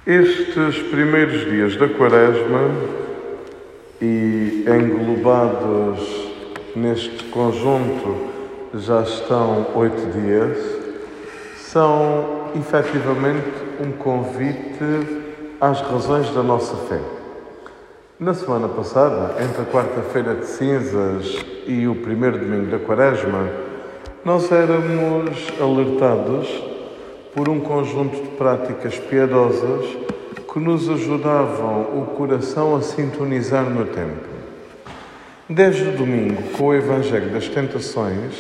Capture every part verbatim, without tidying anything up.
Estes primeiros dias da Quaresma e englobados neste conjunto já estão oito dias, são efetivamente um convite às razões da nossa fé. Na semana passada, entre a quarta-feira de cinzas e o primeiro domingo da Quaresma, nós éramos alertados por um conjunto de práticas piedosas que nos ajudavam o coração a sintonizar no tempo. Desde o domingo, com o Evangelho das Tentações,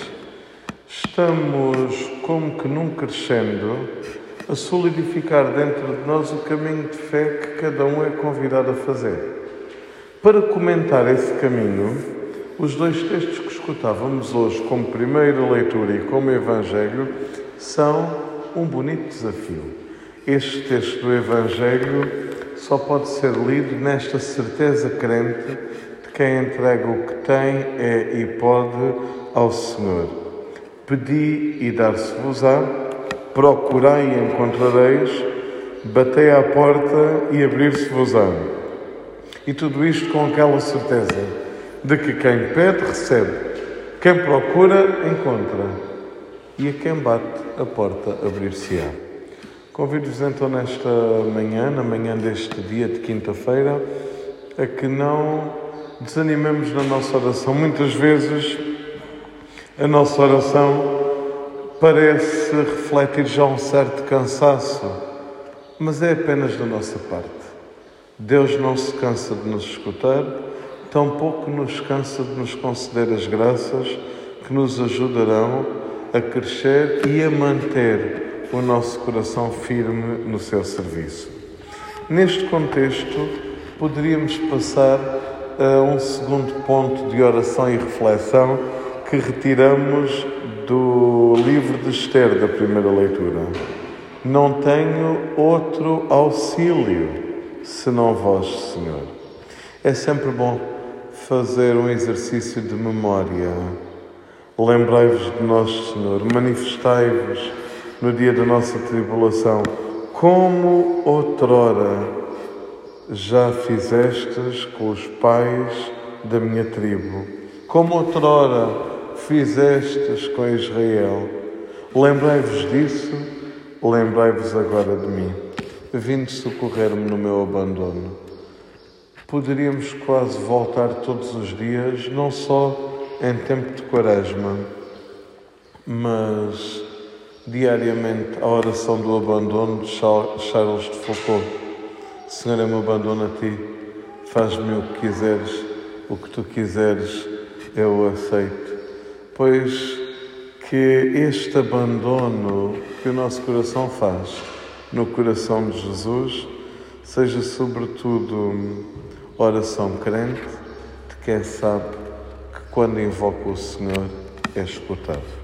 estamos, como que num crescendo, a solidificar dentro de nós o caminho de fé que cada um é convidado a fazer. Para comentar esse caminho, os dois textos que escutávamos hoje como primeira leitura e como Evangelho são um bonito desafio. Este texto do Evangelho só pode ser lido nesta certeza crente de quem entrega o que tem é e pode ao Senhor. Pedi e dar-se-vos-á, procurai e encontrareis, batei à porta e abrir-se-vos-á. E tudo isto com aquela certeza de que quem pede, recebe, quem procura, encontra, e a quem bate, a porta abrir-se-á. Convido-vos então nesta manhã, na manhã deste dia de quinta-feira, a que não desanimemos na nossa oração. Muitas vezes a nossa oração parece refletir já um certo cansaço, mas é apenas da nossa parte. Deus não se cansa de nos escutar, tampouco nos cansa de nos conceder as graças que nos ajudarão a crescer e a manter o nosso coração firme no seu serviço. Neste contexto, poderíamos passar a um segundo ponto de oração e reflexão que retiramos do livro de Esther da primeira leitura. Não tenho outro auxílio senão vós, Senhor. É sempre bom fazer um exercício de memória. Lembrai-vos de nós, Senhor, manifestai-vos no dia da nossa tribulação, como outrora já fizestes com os pais da minha tribo, como outrora fizestes com Israel. Lembrai-vos disso, lembrai-vos agora de mim. Vinde socorrer-me no meu abandono. Poderíamos quase voltar todos os dias, não só em tempo de Quaresma, mas diariamente a oração do abandono de Charles de Foucault. Senhor, eu me abandono a Ti, faz-me o que quiseres, o que Tu quiseres eu aceito. Pois que este abandono que o nosso coração faz no coração de Jesus seja sobretudo oração crente de quem sabe quando invoca o Senhor, é escutado.